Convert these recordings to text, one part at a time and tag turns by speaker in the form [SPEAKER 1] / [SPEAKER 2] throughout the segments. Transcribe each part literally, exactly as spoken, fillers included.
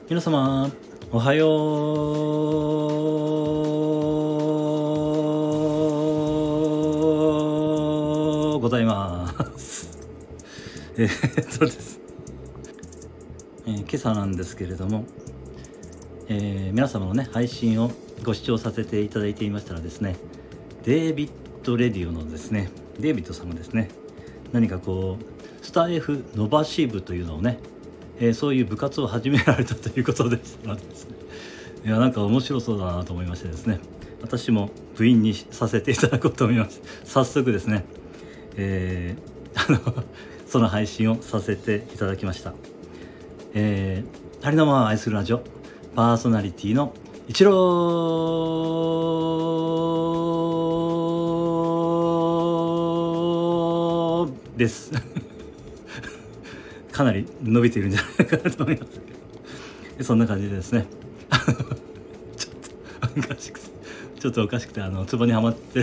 [SPEAKER 1] 皆様おはようございますえーっとです、えー、今朝なんですけれども、えー、皆様のね配信をご視聴させていただいていましたらですね、デイビッドレディオのですねデイビッドさんがですね、何かこうスター F 伸ばし部というのをね、えー、そういう部活を始められたということですのでですね、いやなんか面白そうだなと思いましてですね、私も部員にさせていただこうと思います。早速ですね、えー、あのその配信をさせていただきました。えー、ありのまま愛するラジオパーソナリティの一郎ですかなり伸びているんじゃないかなと思いますけど、そんな感じでですねちょっとおかしくてちょっとおかしくてあのツボにはまって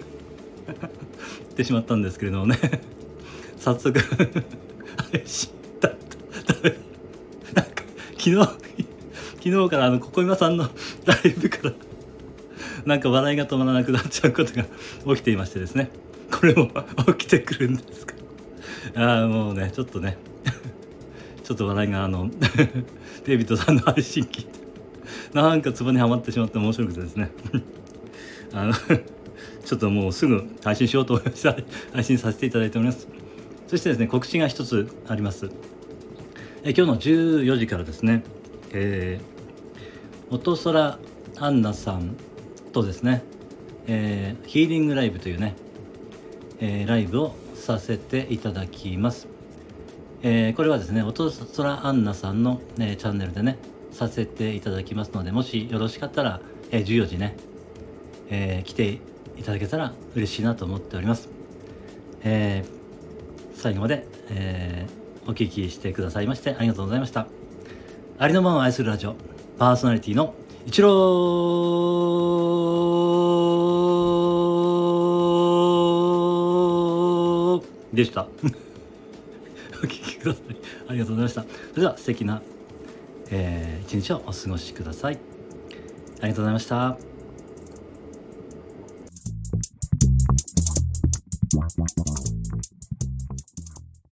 [SPEAKER 1] ってしまったんですけれどもね早速配信だったなんか昨日昨日からあのここいまさんのライブからなんか笑いが止まらなくなっちゃうことが起きていましてですね、これも起きてくるんですか。ああもうねちょっとねちょっと笑いがあのデイビッドさんの配信聞いてなんかツボにはまってしまって面白くてですねあのちょっともうすぐ配信しようと思いました配信させていただいております。そしてですね、告知が一つあります。え今日のじゅうよじからですね、えー、音空アンナさんとですね、えー、ヒーリングライブというね、えー、ライブをさせていただきます。えー、これはですね音空アンナさんの、ね、チャンネルでねさせていただきますので、もしよろしかったら、えー、じゅうよじね、えー、来ていただけたら嬉しいなと思っております。えー、最後まで、えー、お聞きしてくださいましてありがとうございました。ありのまま愛するラジオパーソナリティの一郎でしたお聞きくださいありがとうございました。それでは素敵な、えー、一日をお過ごしください。ありがとうございました。